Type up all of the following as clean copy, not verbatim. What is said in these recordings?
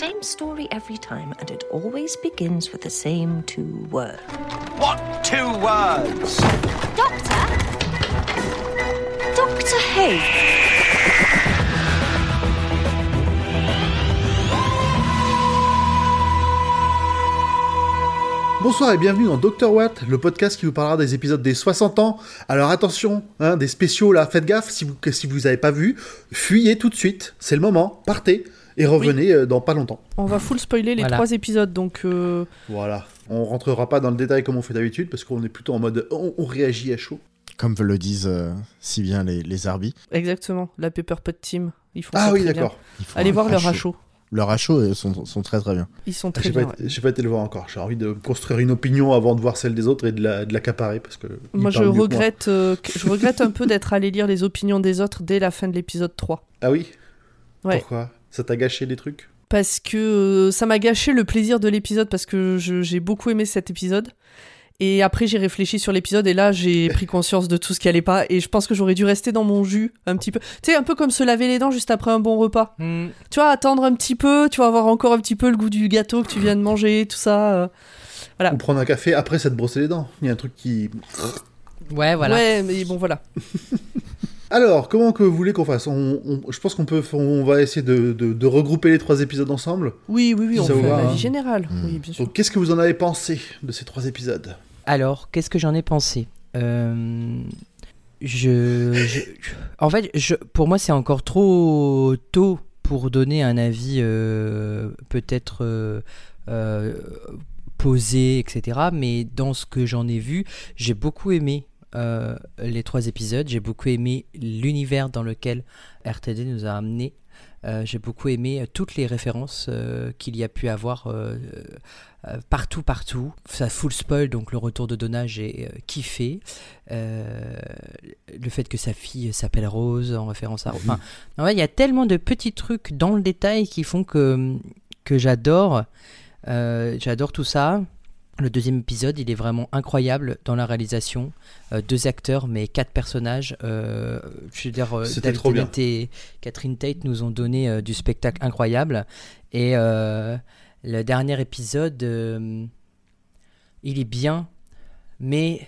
same story every time, and it always begins with the same 2 words. What 2 words? Doctor? Dr. Hay. Bonsoir et bienvenue dans Dr. Watt, le podcast qui vous parlera des épisodes des 60 ans. Alors attention, des spéciaux là, faites gaffe, si vous avez pas vu, fuyez tout de suite, c'est le moment, partez et revenez dans pas longtemps. On va full spoiler les 3 épisodes, donc... Voilà, on rentrera pas dans le détail comme on fait d'habitude, parce qu'on est plutôt en mode on réagit à chaud. Comme le disent si bien les Arby. Exactement, la Pepper Pot Team, ils font Ah ça oui, très d'accord. Allez voir leur rachot. Leurs rachos sont très très bien. Ils sont très bien. J'ai pas été le voir encore. J'ai envie de construire une opinion avant de voir celle des autres et de l'accaparer parce que. Moi, je regrette un peu d'être allé lire les opinions des autres dès la fin de l'épisode 3. Ah oui ? Ouais. Pourquoi ? Ça t'a gâché les trucs ? Parce que ça m'a gâché le plaisir de l'épisode parce que j'ai beaucoup aimé cet épisode. Et après, j'ai réfléchi sur l'épisode et là, j'ai pris conscience de tout ce qui allait pas. Et je pense que j'aurais dû rester dans mon jus un petit peu. Tu sais, un peu comme se laver les dents juste après un bon repas. Tu vois, attendre un petit peu, tu vas avoir encore un petit peu le goût du gâteau que tu viens de manger, tout ça. Voilà. Ou prendre un café après s'être brossé les dents. Il y a un truc qui... Ouais, voilà. Ouais, mais bon, voilà. Alors, comment que vous voulez qu'on fasse ? Je pense on va essayer de regrouper les 3 épides ensemble. Oui, on fait va, l'avis général. Oui, bien sûr. Donc, qu'est-ce que vous en avez pensé de ces 3 épisodes ? Alors, qu'est-ce que j'en ai pensé ? En fait, pour moi, c'est encore trop tôt pour donner un avis peut-être posé, etc. Mais dans ce que j'en ai vu, j'ai beaucoup aimé les 3 épisodes. J'ai beaucoup aimé l'univers dans lequel RTD nous a amenés. J'ai beaucoup aimé toutes les références qu'il y a pu avoir partout. Ça full spoil, donc le retour de Donna, j'ai kiffé. Le fait que sa fille s'appelle Rose, en référence à... Enfin, il y a tellement de petits trucs dans le détail qui font que j'adore. J'adore tout ça. Le 2e épisode, il est vraiment incroyable dans la réalisation. 2 acteurs, mais 4 personnages. Je veux dire, David Tennant et Catherine Tate nous ont donné du spectacle incroyable. Et le dernier épisode, il est bien, mais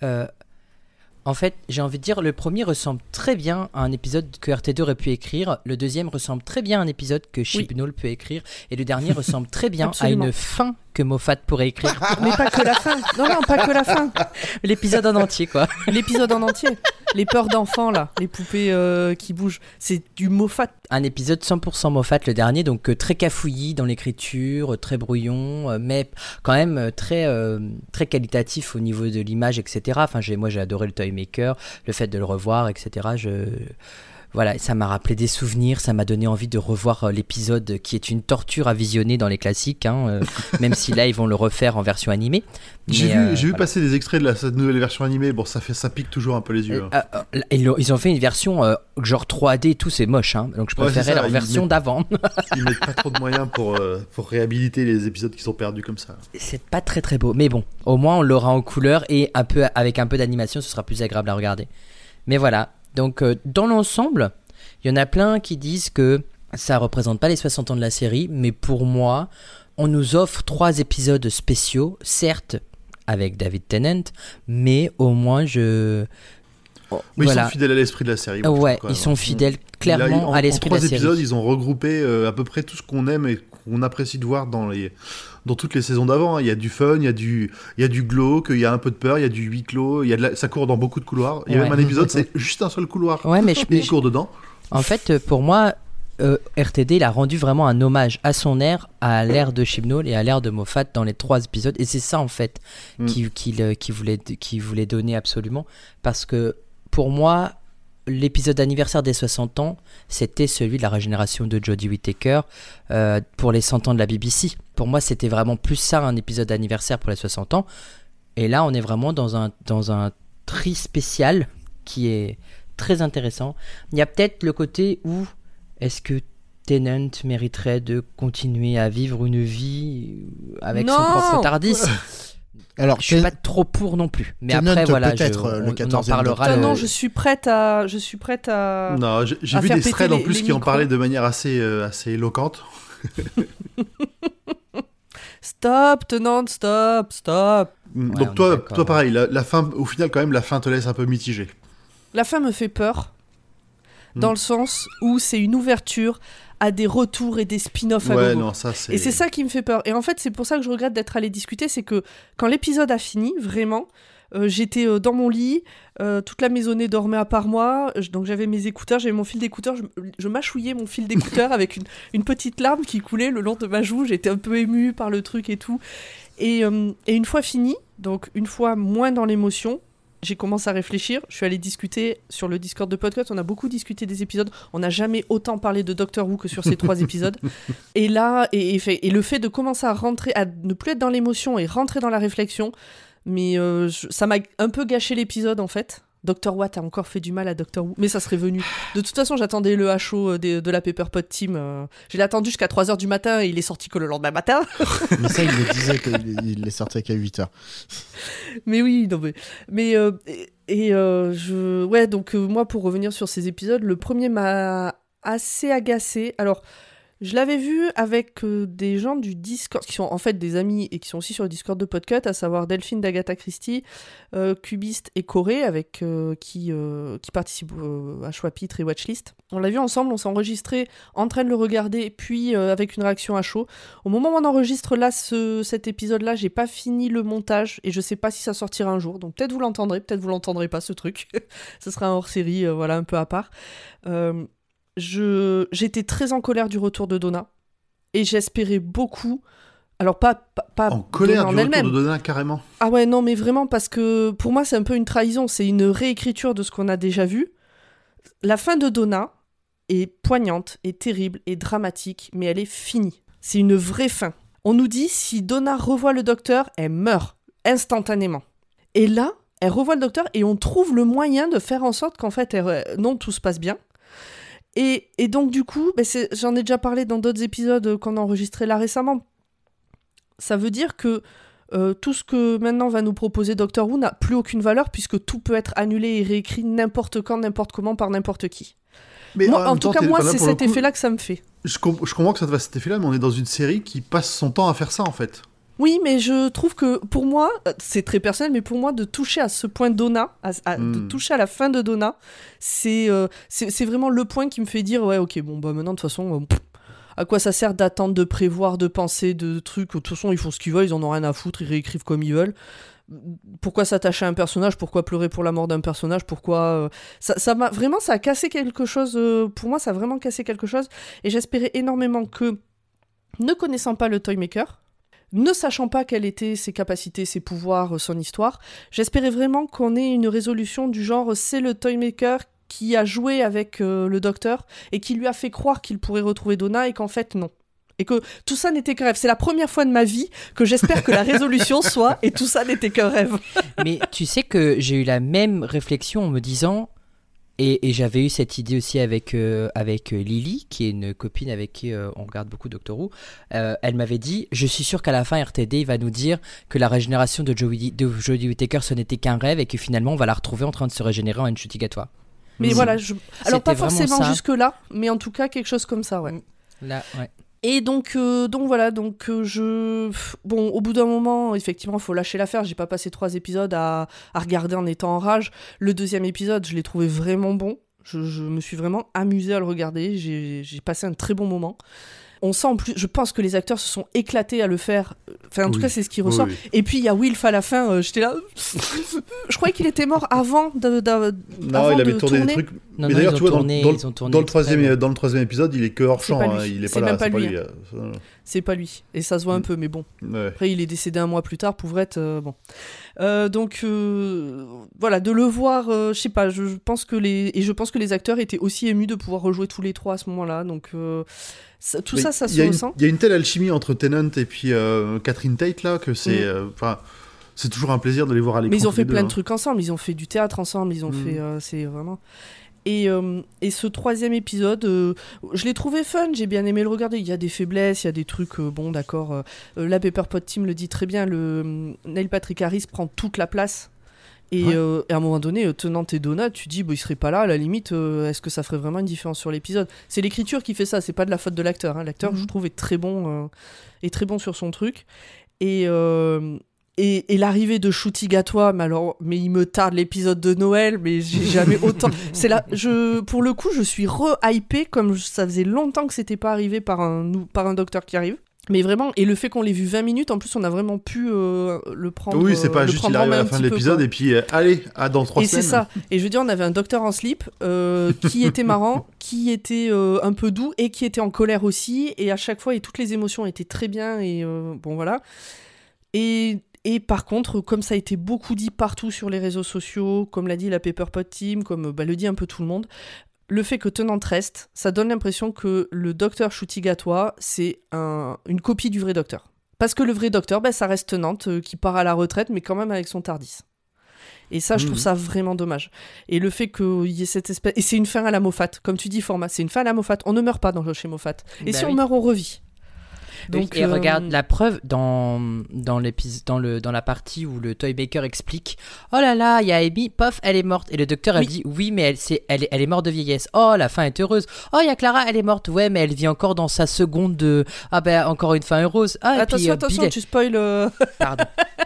en fait, j'ai envie de dire, le premier ressemble très bien à un épisode que RTD aurait pu écrire. Le 2e ressemble très bien à un épisode que Chibnall peut écrire. Et le dernier ressemble très bien à une fin que Moffat pourrait écrire. Mais pas que la fin. Non, pas que la fin. L'épisode en entier, quoi. L'épisode en entier. Les peurs d'enfants, là. Les poupées qui bougent. C'est du Moffat. Un épisode 100% Moffat, le dernier. Donc très cafouillis dans l'écriture, très brouillon, mais quand même très qualitatif au niveau de l'image, etc. Enfin, moi, j'ai adoré le Toymaker, le fait de le revoir, etc. Voilà, ça m'a rappelé des souvenirs, ça m'a donné envie de revoir l'épisode qui est une torture à visionner dans les classiques, même si là ils vont le refaire en version animée. J'ai vu passer des extraits de cette nouvelle version animée, bon ça pique toujours un peu les yeux. Ils ont fait une version genre 3D et tout, c'est moche, donc je préférais leur version d'avant. Ils mettent pas trop de moyens pour réhabiliter les épisodes qui sont perdus comme ça. C'est pas très très beau, mais bon, au moins on l'aura en couleur et avec un peu d'animation, ce sera plus agréable à regarder. Mais voilà. Donc, dans l'ensemble, il y en a plein qui disent que ça ne représente pas les 60 ans de la série, mais pour moi, on nous offre 3 épisodes spéciaux, certes, avec David Tennant, mais au moins Mais voilà. Ils sont fidèles à l'esprit de la série. Ouais, ils sont fidèles clairement à l'esprit de la série. En 3 épisodes, ils ont regroupé à peu près tout ce qu'on aime et qu'on apprécie de voir dans toutes les saisons d'avant. Il y a du fun, il y a du glauque, il y a un peu de peur, il y a du huis clos, ça court dans beaucoup de couloirs. Il y a même un épisode, c'est juste un seul couloir. Ouais, mais il court dedans. En fait, pour moi, RTD, il a rendu vraiment un hommage à son ère, à l'ère de Chibnall et à l'ère de Moffat dans les 3 épisodes. Et c'est ça, en fait, qu'il voulait donner absolument. Parce que, pour moi, l'épisode anniversaire des 60 ans, c'était celui de la régénération de Jodie Whittaker pour les 100 ans de la BBC. Pour moi, c'était vraiment plus ça, un épisode anniversaire pour les 60 ans. Et là, on est vraiment dans un tri spécial qui est très intéressant. Il y a peut-être le côté où est-ce que Tennant mériterait de continuer à vivre une vie avec son propre TARDIS. Alors, je suis pas trop pour non plus. Mais après, voilà, on en parlera. Non, je suis prête à. Non, j'ai vu des threads en plus qui en parlaient de manière assez éloquente. Stop, Tenante, stop. Donc on est toi d'accord. pareil, la fin, au final quand même, la fin te laisse un peu mitigé. La fin me fait peur, dans le sens où c'est une ouverture à des retours et des spin-offs à Ouais, gogo. non, ça c'est... Et c'est ça qui me fait peur. Et en fait, c'est pour ça que je regrette d'être allé discuter, c'est que quand l'épisode a fini, vraiment, j'étais dans mon lit, toute la maisonnée dormait à part moi, donc j'avais mes écouteurs, j'avais mon fil d'écouteurs, je mâchouillais mon fil d'écouteurs avec une petite larme qui coulait le long de ma joue, j'étais un peu émue par le truc et tout. Et une fois fini, donc une fois moins dans l'émotion, j'ai commencé à réfléchir, je suis allée discuter sur le Discord de podcast, on a beaucoup discuté des épisodes, on n'a jamais autant parlé de Doctor Who que sur ces 3 épisodes. Et là, et le fait de commencer à rentrer, à ne plus être dans l'émotion et rentrer dans la réflexion, mais ça m'a un peu gâché l'épisode en fait. Dr. Watt a encore fait du mal à Doctor Who, mais ça serait venu. De toute façon, j'attendais le HO de la Pepperpot Team. Je l'ai attendu jusqu'à 3h du matin et il est sorti que le lendemain matin. Mais ça, il le disait qu'il est sorti qu'à 8h. Mais oui, non mais ouais, donc moi, pour revenir sur ces épisodes, le premier m'a assez agacé. Alors, je l'avais vu avec des gens du Discord, qui sont en fait des amis et qui sont aussi sur le Discord de Podcut, à savoir Delphine d'Agatha Christie, Cubiste et Corée, avec qui participent à Choix-Pitre et Watchlist. On l'a vu ensemble, on s'est enregistré en train de le regarder, puis avec une réaction à chaud. Au moment où on enregistre là cet épisode-là, j'ai pas fini le montage et je sais pas si ça sortira un jour. Donc peut-être vous l'entendrez, peut-être vous l'entendrez pas, ce truc. Ce sera un hors-série, voilà, un peu à part. J'étais très en colère du retour de Donna et j'espérais beaucoup. Alors pas en colère Donna du en retour elle-même. de Donna carrément. Ah ouais, non mais vraiment, parce que pour moi c'est un peu une trahison, c'est une réécriture de ce qu'on a déjà vu. La fin de Donna est poignante, est terrible, est dramatique, mais elle est finie. C'est une vraie fin. On nous dit si Donna revoit le docteur, elle meurt instantanément. Et là, elle revoit le docteur et on trouve le moyen de faire en sorte qu'en fait, non, tout se passe bien. Et donc du coup, j'en ai déjà parlé dans d'autres épisodes qu'on a enregistrés là récemment. Ça veut dire que tout ce que maintenant va nous proposer Doctor Who n'a plus aucune valeur puisque tout peut être annulé et réécrit n'importe quand, n'importe comment, par n'importe qui. Mais Moi, en tout cas, moi, c'est cet coup, effet-là que ça me fait. Je comprends que ça te fasse cet effet-là, mais on est dans une série qui passe son temps à faire ça en fait. Oui, mais je trouve que pour moi, c'est très personnel, mais pour moi, de toucher à ce point Donna, de toucher à la fin de Donna, c'est vraiment le point qui me fait dire, ouais, ok, bon, bah maintenant, de toute façon, à quoi ça sert d'attendre, de prévoir, de penser, de trucs, de toute façon, ils font ce qu'ils veulent, ils en ont rien à foutre, ils réécrivent comme ils veulent. Pourquoi s'attacher à un personnage? Pourquoi pleurer pour la mort d'un personnage? Pourquoi ça m'a vraiment, ça a cassé quelque chose. Pour moi, ça a vraiment cassé quelque chose. Et j'espérais énormément que, ne connaissant pas le Toymaker, ne sachant pas quelles étaient ses capacités, ses pouvoirs, son histoire, j'espérais vraiment qu'on ait une résolution du genre c'est le Toymaker qui a joué avec le docteur et qui lui a fait croire qu'il pourrait retrouver Donna et qu'en fait non. Et que tout ça n'était qu'un rêve. C'est la première fois de ma vie que j'espère que la résolution soit et tout ça n'était qu'un rêve. Mais tu sais que j'ai eu la même réflexion en me disant, et j'avais eu cette idée aussi avec Lily, qui est une copine avec qui on regarde beaucoup Doctor Who. Elle m'avait dit, je suis sûr qu'à la fin RTD il va nous dire que la régénération de Jodie Whittaker ce n'était qu'un rêve et que finalement on va la retrouver en train de se régénérer en Ncuti-Gatwa. Mais voilà, alors pas vraiment forcément ça. jusque-là, mais en tout cas quelque chose comme ça, ouais. Là, ouais. Et donc voilà, bon, au bout d'un moment, effectivement, il faut lâcher l'affaire. J'ai pas passé 3 épisodes à regarder en étant en rage. Le 2e épisode, je l'ai trouvé vraiment bon. Je me suis vraiment amusée à le regarder. J'ai passé un très bon moment. On sent en plus, je pense que les acteurs se sont éclatés à le faire. Enfin, en tout cas, c'est ce qui ressort. Oui. Et puis, il y a Wilf à la fin. J'étais là. Je croyais qu'il était mort avant Non, il avait tourné des trucs. Non, mais d'ailleurs, tu vois, dans le troisième épisode, il est que hors champ. Il est C'est pas là. même pas C'est pas lui, lui. C'est pas lui. Et ça se voit un peu, mais bon. Ouais. Après, il est décédé un mois plus tard, Pauvrette, bon. Donc, voilà, de le voir, je sais pas, je pense que les acteurs étaient aussi émus de pouvoir rejouer tous les 3 à ce moment-là, donc tout ça se ressent. Il y a une telle alchimie entre Tennant et puis Catherine Tate, là, que c'est... c'est toujours un plaisir de les voir à l'écran. Mais ils ont fait plein de hein. trucs ensemble, ils ont fait du théâtre ensemble, ils ont fait... c'est vraiment... Et ce 3e épisode, je l'ai trouvé fun, j'ai bien aimé le regarder. Il y a des faiblesses, il y a des trucs, bon d'accord. La Pepperpot Team le dit très bien, Neil Patrick Harris prend toute la place. Et à un moment donné, Tennant et Donna, tu dis, ils seraient pas là, à la limite, est-ce que ça ferait vraiment une différence sur l'épisode ? C'est l'écriture qui fait ça, c'est pas de la faute de l'acteur. Hein. L'acteur, je trouve, est très bon sur son truc. Et l'arrivée de Ncuti Gatwa, mais il me tarde l'épisode de Noël, mais j'ai jamais autant. Pour le coup, je suis re-hypée, comme ça faisait longtemps que c'était pas arrivé par un docteur qui arrive. Mais vraiment, et le fait qu'on l'ait vu 20 minutes, en plus, on a vraiment pu le prendre. Oui, c'est pas juste il arrive à la fin de l'épisode et puis allez, dans 3 semaines. Et c'est ça. Et je veux dire, on avait un docteur en slip qui était marrant, qui était un peu doux et qui était en colère aussi. Et à chaque fois, et toutes les émotions étaient très bien. Et bon, voilà. Et par contre, comme ça a été beaucoup dit partout sur les réseaux sociaux, comme l'a dit la Pepperpot Team, comme le dit un peu tout le monde, le fait que Tennant reste, ça donne l'impression que le docteur Ncuti Gatwa, c'est une copie du vrai docteur. Parce que le vrai docteur, ça reste Tennant, qui part à la retraite, mais quand même avec son TARDIS. Et ça, je trouve ça vraiment dommage. Et le fait qu'il y ait cette espèce... Et c'est une fin à la Moffat, comme tu dis, Format, c'est une fin à la Moffat. On ne meurt pas chez Moffat. Et si on meurt, on revit. Donc, et regarde la preuve dans la partie où le Toymaker explique « Oh là là, il y a Amy, pof, elle est morte. » Et le docteur a dit « Oui, mais elle est morte de vieillesse. Oh, la fin est heureuse. Oh, il y a Clara, elle est morte. Ouais, mais elle vit encore dans sa seconde de... Ah ben, encore une fin heureuse. Ah, attention, tu spoil... Pardon.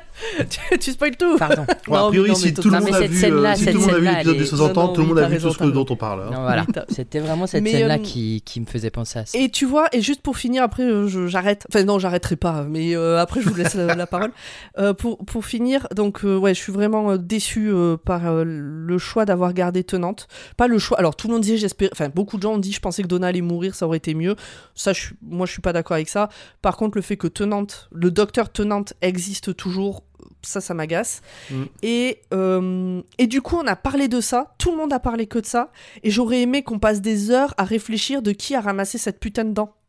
tu spoil tout. Pardon. A priori, si tout le monde a vu l'épisode des 60 ans, tout le monde a vu tout ce dont on parle. Non, voilà. C'était vraiment cette scène-là qui me faisait penser à ça. Et tu vois, et juste pour finir, après, j'arrête. Enfin, non, j'arrêterai pas, mais après, je vous laisse la parole. Pour finir, donc, je suis vraiment déçue par le choix d'avoir gardé Tennant. Pas le choix. Alors, tout le monde disait, beaucoup de gens ont dit, je pensais que Donna allait mourir, ça aurait été mieux. Ça, moi, je suis pas d'accord avec ça. Par contre, le fait que le docteur Tennant existe toujours, ça m'agace. Et du coup, on a parlé de ça, tout le monde a parlé que de ça, et j'aurais aimé qu'on passe des heures à réfléchir de qui a ramassé cette putain de dent.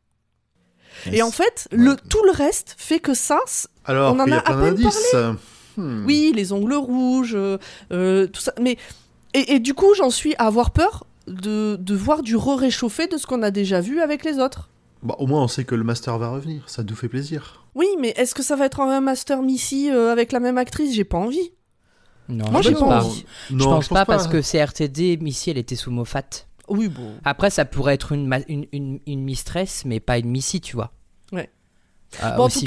Et en fait, tout le reste fait que ça, alors, on en a à peine parlé. Oui, les ongles rouges, tout ça. Mais, et du coup, j'en suis à avoir peur de voir du réchauffé de ce qu'on a déjà vu avec les autres. Au moins, on sait que le master va revenir, ça nous fait plaisir. Oui, mais est-ce que ça va être un master Missy avec la même actrice ? J'ai pas envie. Non, moi, j'ai pas envie. Je pense pas parce que c'est RTD, Missy, elle était sous Moffat. Oui, bon. Après, ça pourrait être une mistress, mais pas une Missy, tu vois. Ouais. En tout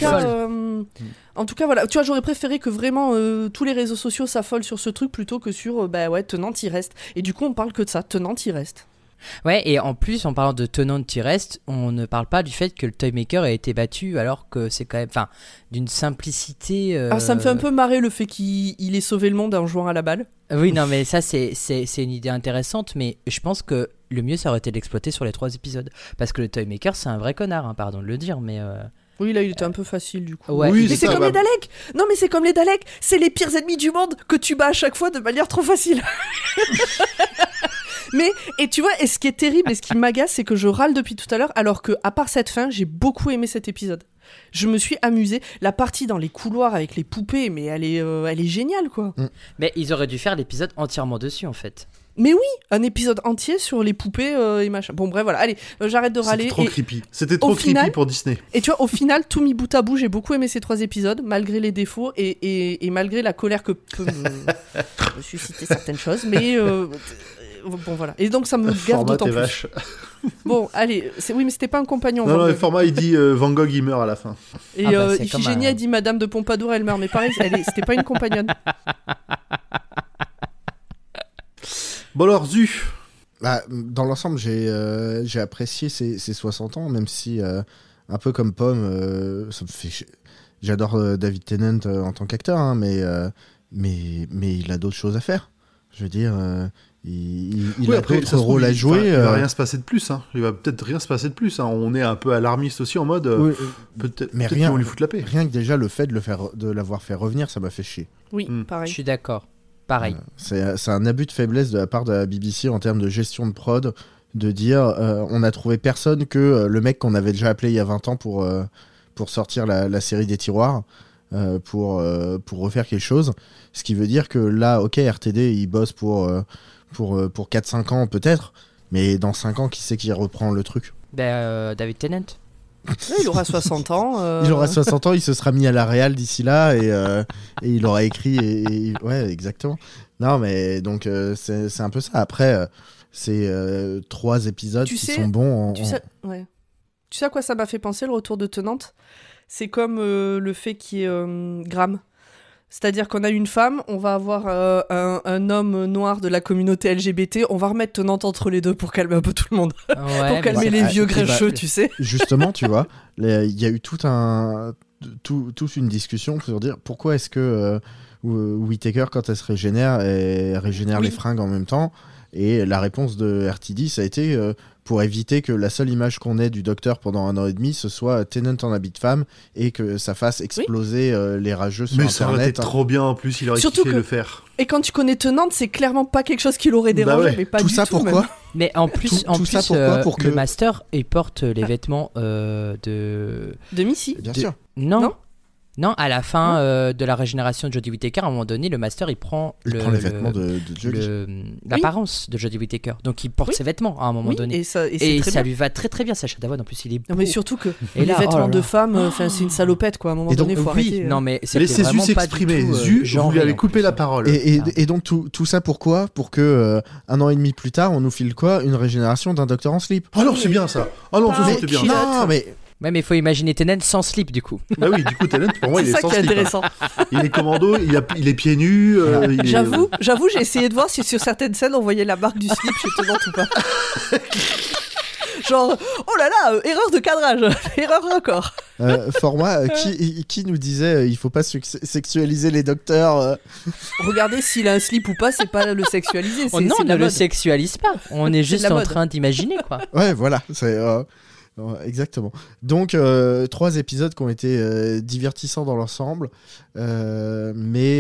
cas, voilà. Tu vois, j'aurais préféré que vraiment tous les réseaux sociaux s'affolent sur ce truc plutôt que sur Tennant il reste. Et du coup, on parle que de ça. Tennant il reste. Ouais, et en plus, en parlant de Tennant qui reste, on ne parle pas du fait que le Toymaker a été battu, alors que c'est quand même, d'une simplicité. Alors ça me fait un peu marrer le fait qu'il ait sauvé le monde en jouant à la balle. Oui, non, mais ça c'est une idée intéressante, mais je pense que le mieux ça aurait été de l'exploiter sur les 3 épisodes, parce que le Toymaker c'est un vrai connard, pardon de le dire, mais. Oui, là, il était un peu facile, du coup. Ouais. Oui, mais c'est comme les Daleks. Non, mais c'est comme les Daleks. C'est les pires ennemis du monde que tu bats à chaque fois de manière trop facile. Mais, et tu vois, et ce qui est terrible et ce qui m'agace, c'est que je râle depuis tout à l'heure, alors que, à part cette fin, j'ai beaucoup aimé cet épisode. Je me suis amusée. La partie dans les couloirs avec les poupées, mais elle est géniale, quoi. Mais ils auraient dû faire l'épisode entièrement dessus, en fait. Mais oui, un épisode entier sur les poupées et machin. Bon, bref, voilà. Allez, j'arrête de râler. C'était trop creepy. C'était trop creepy pour Disney. Et tu vois, au final, tout mis bout à bout, j'ai beaucoup aimé ces 3 épisodes, malgré les défauts et malgré la colère que peut me susciter certaines choses. Mais bon, voilà. Et donc, ça me gave d'autant plus. Vache. Bon, allez. Oui, mais c'était pas un compagnon. Non, le format, il dit Van Gogh, il meurt à la fin. Et Iphigénie a dit Madame de Pompadour, elle meurt. Mais pareil, c'était pas une compagnonne. Bon alors, Zu. Dans l'ensemble, j'ai apprécié ces 60 ans, même si, un peu comme Pomme, ça me fait... J'adore David Tennant en tant qu'acteur, hein, mais il a d'autres choses à faire. Je veux dire, il a d'autres rôles à jouer. Il va rien se passer de plus. Hein. Il va peut-être rien se passer de plus. Hein. On est un peu alarmiste aussi en mode... peut-être qu'ils vont lui foutre la paix. Rien que déjà le fait de l'avoir fait revenir, ça m'a fait chier. Oui, pareil. Je suis d'accord. Pareil. C'est un abus de faiblesse de la part de la BBC en termes de gestion de prod, de dire on a trouvé personne que le mec qu'on avait déjà appelé il y a 20 ans pour sortir la série des tiroirs, pour refaire quelque chose. Ce qui veut dire que là, ok, RTD, il bosse pour 4-5 ans peut-être, mais dans 5 ans, qui c'est qui reprend le truc ? David Tennant. Ouais, il aura 60 ans. Il aura 60 ans, il se sera mis à la réal d'ici là et il aura écrit. Ouais, exactement. Non, mais donc c'est un peu ça. Après, c'est 3 épisodes qui sont bons. Tu sais à quoi ça m'a fait penser le retour de Tenante ? C'est comme le fait qu'il y ait Graham. C'est-à-dire qu'on a une femme, on va avoir un homme noir de la communauté LGBT, on va remettre Tenante entre les deux pour calmer un peu tout le monde. Ouais, pour calmer les vieux grincheux, tu sais. Justement, tu vois, il y a eu toute une discussion pour dire pourquoi est-ce que Whittaker, quand elle se régénère, elle régénère les fringues en même temps. Et la réponse de RTD, ça a été pour éviter que la seule image qu'on ait du docteur pendant 1 an et demi, ce soit Tennant en habit de femme et que ça fasse exploser les rageux sur mais Internet. Mais ça aurait été trop bien en plus, il aurait kiffé le faire. Et quand tu connais Tenante, c'est clairement pas quelque chose qui l'aurait dérangé, mais pas tout du ça tout. Pourquoi même. Mais en plus, ça pourquoi pour que le Master, il porte les vêtements de Missy. Bien sûr. Non, à la fin de la régénération de Jodie Whittaker, à un moment donné, le Master, il prend les vêtements de Jodie. L'apparence de Jodie Whittaker. Donc, il porte ses vêtements à un moment donné. Et ça lui va très très bien, Sacha Dhawan. En plus, il est beau. Non, mais surtout que les vêtements de femme, c'est une salopette, quoi. À un moment donné, faut arrêter. Non, mais laissez Zu s'exprimer. Zu, vous lui avez coupé la parole. Et donc, tout ça pourquoi ? Pour que 1 an et demi plus tard, on nous file quoi ? Une régénération d'un docteur en slip. Oh non, c'est bien ça. Oh non, c'est bien. Non, mais... Ouais, mais il faut imaginer Tennant sans slip, du coup. Bah oui, du coup, Tennant, pour moi, il est sans slip. C'est ça qui est intéressant. Il est commando, il est pieds nus. J'avoue, j'ai essayé de voir si sur certaines scènes, on voyait la marque du slip chez Tennant ou pas. Genre, oh là là, erreur de cadrage, erreur record. Format, qui nous disait il faut pas sexualiser les docteurs Regardez s'il a un slip ou pas, c'est pas le sexualiser. Non, on ne le sexualise pas. On est juste en train d'imaginer, quoi. Ouais, voilà, c'est... exactement. Donc 3 épisodes qui ont été divertissants dans l'ensemble, mais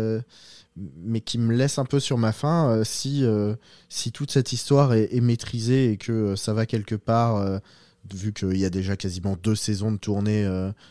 qui me laissent un peu sur ma faim si toute cette histoire est maîtrisée et que ça va quelque part, vu qu'il y a déjà quasiment 2 saisons de tournée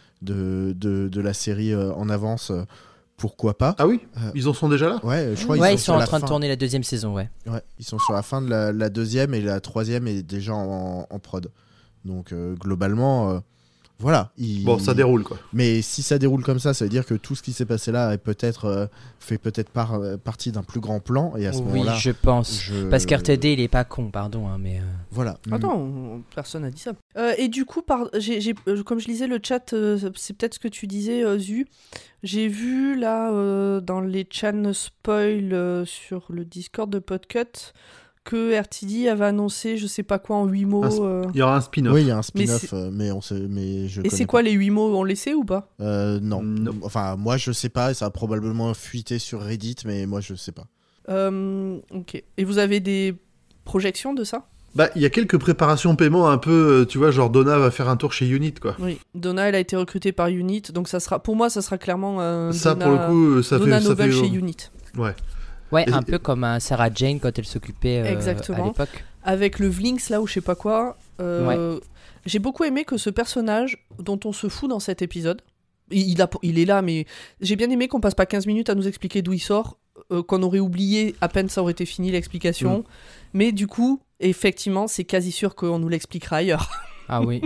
de la série en avance. Pourquoi pas ? Ah oui, ils en sont déjà là ? Ouais, je crois ils sont en train de tourner la 2e saison, ouais. Ouais, ils sont sur la fin de la 2e et la 3e est déjà en prod. Donc globalement, voilà. Bon, ça déroule quoi. Mais si ça déroule comme ça veut dire que tout ce qui s'est passé là est fait peut-être partie d'un plus grand plan. Et à ce moment-là, oui, je pense. Parce qu'RTD, il est pas con, pardon. Mais voilà. Attends, personne n'a dit ça. Et du coup, comme je lisais le chat, c'est peut-être ce que tu disais, Zu. J'ai vu là, dans les channels spoil sur le Discord de Podcut, que RTD avait annoncé je sais pas quoi en 8 mots. Il y aura un spin-off. Oui, il y a un spin-off, mais je. Et c'est quoi les 8 mots ? On laissé ou pas ? Non. Enfin, moi je sais pas, ça a probablement fuité sur Reddit, mais moi je sais pas. Ok. Et vous avez des projections de ça ? Bah, il y a quelques préparations paiement un peu, tu vois, genre Donna va faire un tour chez Unit, quoi. Oui, Donna, elle a été recrutée par Unit, donc pour moi, ça sera clairement un ça, Donna, pour le coup, ça Novel fait chez Unit. Ouais. Ouais, un peu comme Sarah Jane quand elle s'occupait à l'époque. Avec le Vlinx, là, ou je sais pas quoi. J'ai beaucoup aimé que ce personnage, dont on se fout dans cet épisode, il est là, mais j'ai bien aimé qu'on passe pas 15 minutes à nous expliquer d'où il sort, qu'on aurait oublié, à peine ça aurait été fini l'explication. Mais du coup, effectivement, c'est quasi sûr qu'on nous l'expliquera ailleurs. Ah oui.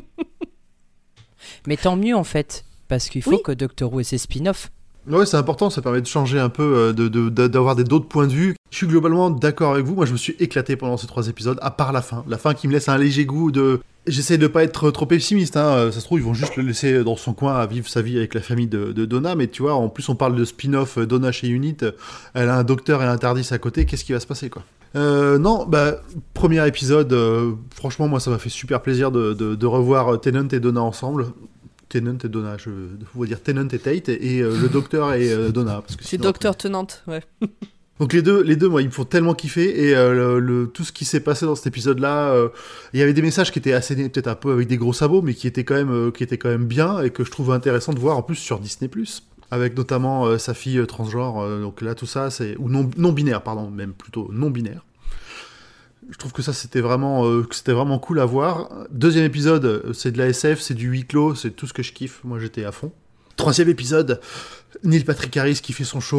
Mais tant mieux, en fait, parce qu'il faut que Doctor Who ait ses spin-offs. Ouais, c'est important, ça permet de changer un peu, d'avoir d'autres points de vue. Je suis globalement d'accord avec vous, moi je me suis éclaté pendant ces 3 épisodes, à part la fin qui me laisse un léger goût de... J'essaie de pas être trop pessimiste, ça se trouve ils vont juste le laisser dans son coin à vivre sa vie avec la famille de Donna, mais tu vois, en plus on parle de spin-off Donna chez Unit, elle a un docteur et un TARDIS à côté, qu'est-ce qui va se passer quoi ? Non, premier épisode, franchement moi ça m'a fait super plaisir de revoir Tennant et Donna ensemble. Tennant et Donna, je veux dire Tennant et Tate, et le docteur et Donna. Parce que c'est Docteur Tennant, ouais. Donc les deux, moi, ils me font tellement kiffer, et tout ce qui s'est passé dans cet épisode-là, il y avait des messages qui étaient assez, peut-être un peu avec des gros sabots, mais qui étaient quand même bien, et que je trouve intéressant de voir en plus sur Disney+, avec notamment sa fille transgenre, donc là tout ça, ou non-binaire, pardon, même plutôt non-binaire. Je trouve que ça c'était vraiment cool à voir. 2e épisode, c'est de la SF, c'est du huis clos, c'est tout ce que je kiffe. Moi j'étais à fond. 3e épisode, Neil Patrick Harris qui fait son show.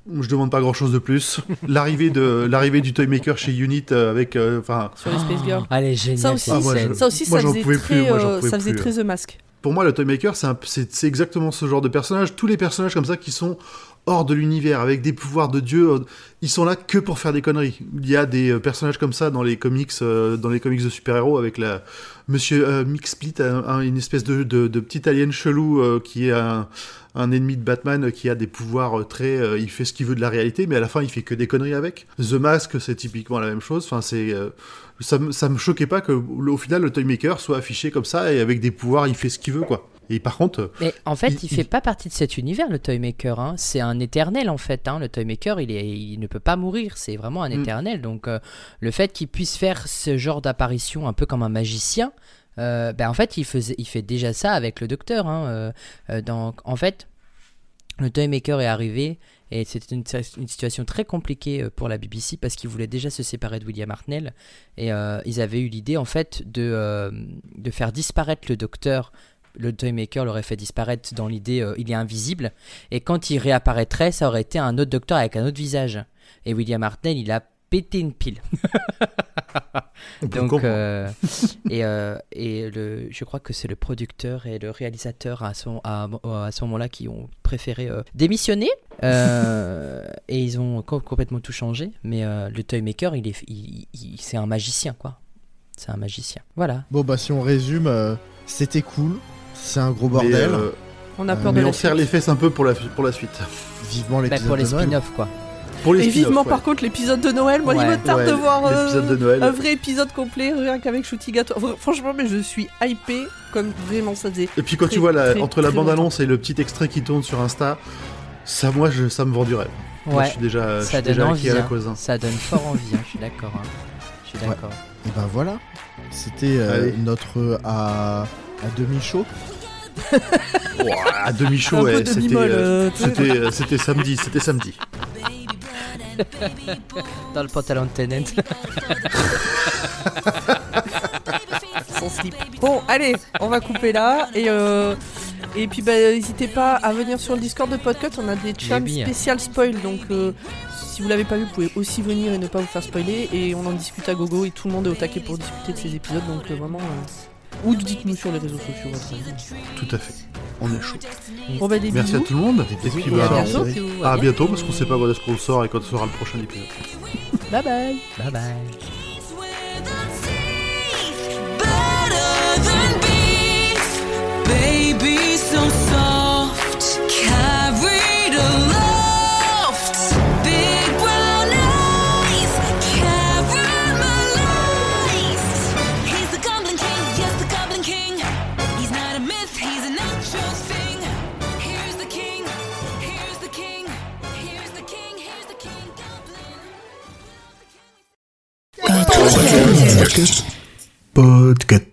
Je demande pas grand chose de plus. L'arrivée du Toymaker chez Unit avec. Sur les Space Girls. Allez, génial. Ça aussi, ça faisait très The Mask. Pour moi, le Toymaker, c'est exactement ce genre de personnage. Tous les personnages comme ça qui sont hors de l'univers, avec des pouvoirs de Dieu, ils sont là que pour faire des conneries. Il y a des personnages comme ça dans les comics de super-héros, avec Monsieur Mixsplit, une espèce de petit alien chelou qui est un ennemi de Batman qui a des pouvoirs très... il fait ce qu'il veut de la réalité, mais à la fin, il fait que des conneries avec. The Mask, c'est typiquement la même chose. Enfin, ça me choquait pas qu'au final, le Toymaker soit affiché comme ça, et avec des pouvoirs, il fait ce qu'il veut, quoi. Et par contre... Mais en fait, il fait pas partie de cet univers, le Toymaker. Hein. C'est un éternel, en fait. Hein. Le Toymaker, il ne peut pas mourir. C'est vraiment un éternel. Donc, le fait qu'il puisse faire ce genre d'apparition un peu comme un magicien, en fait, il fait déjà ça avec le Docteur. Hein. Donc, en fait, le Toymaker est arrivé et c'était une situation très compliquée pour la BBC parce qu'ils voulaient déjà se séparer de William Hartnell et ils avaient eu l'idée, en fait, de faire disparaître le Docteur. Le Toymaker l'aurait fait disparaître dans l'idée il est invisible, et quand il réapparaîtrait, ça aurait été un autre Docteur avec un autre visage, et William Hartnell il a pété une pile. Donc je crois que c'est le producteur et le réalisateur à ce moment-là qui ont préféré démissionner, et ils ont complètement tout changé, mais le Toymaker c'est un magicien, quoi. C'est un magicien, voilà. Bon si on résume, c'était cool. C'est un gros bordel. On a peur de mais la on serre les fesses un peu pour la suite. Vivement l'épisode pour les de Noël. spin-offs, quoi. Et vivement par contre l'épisode de Noël. Moi, il me tarde de voir l'épisode de Noël. un vrai épisode complet, rien qu'avec Shooty Gâteau. Franchement, mais je suis hypée comme vraiment ça faisait. Et puis quand tu vois entre la bande-annonce et le petit extrait qui tourne sur Insta, ça me vend du rêve. Ouais. Moi, je suis déjà envie, à la cause. Ça donne fort envie, je suis d'accord. Et ben voilà, c'était notre à demi-chaud. À demi-chaud, ouais, c'était samedi. Dans le pantalon de Tennant. Son slip. Bon, allez, on va couper là. Et puis, n'hésitez pas à venir sur le Discord de Podcut. On a des chums spécial spoil. Donc, si vous l'avez pas vu, vous pouvez aussi venir et ne pas vous faire spoiler. Et on en discute à gogo. Et tout le monde est au taquet pour discuter de ces épisodes. Donc, vraiment. Ou dites-nous sur les réseaux sociaux. Tout à fait. On est chaud. Bon, des merci bisous. à tout le monde. Et puis, à bientôt, parce qu'on sait pas quand est-ce qu'on sort et quand sera le prochain épisode. Bye bye. Bye bye. Baby, so soft, carried aloft. Big brown eyes, caramelized. He's the Goblin King, yes, the Goblin King. He's not a myth, he's a natural thing. Here's the king, here's the king, here's the king, here's the king, Goblin. Podcut.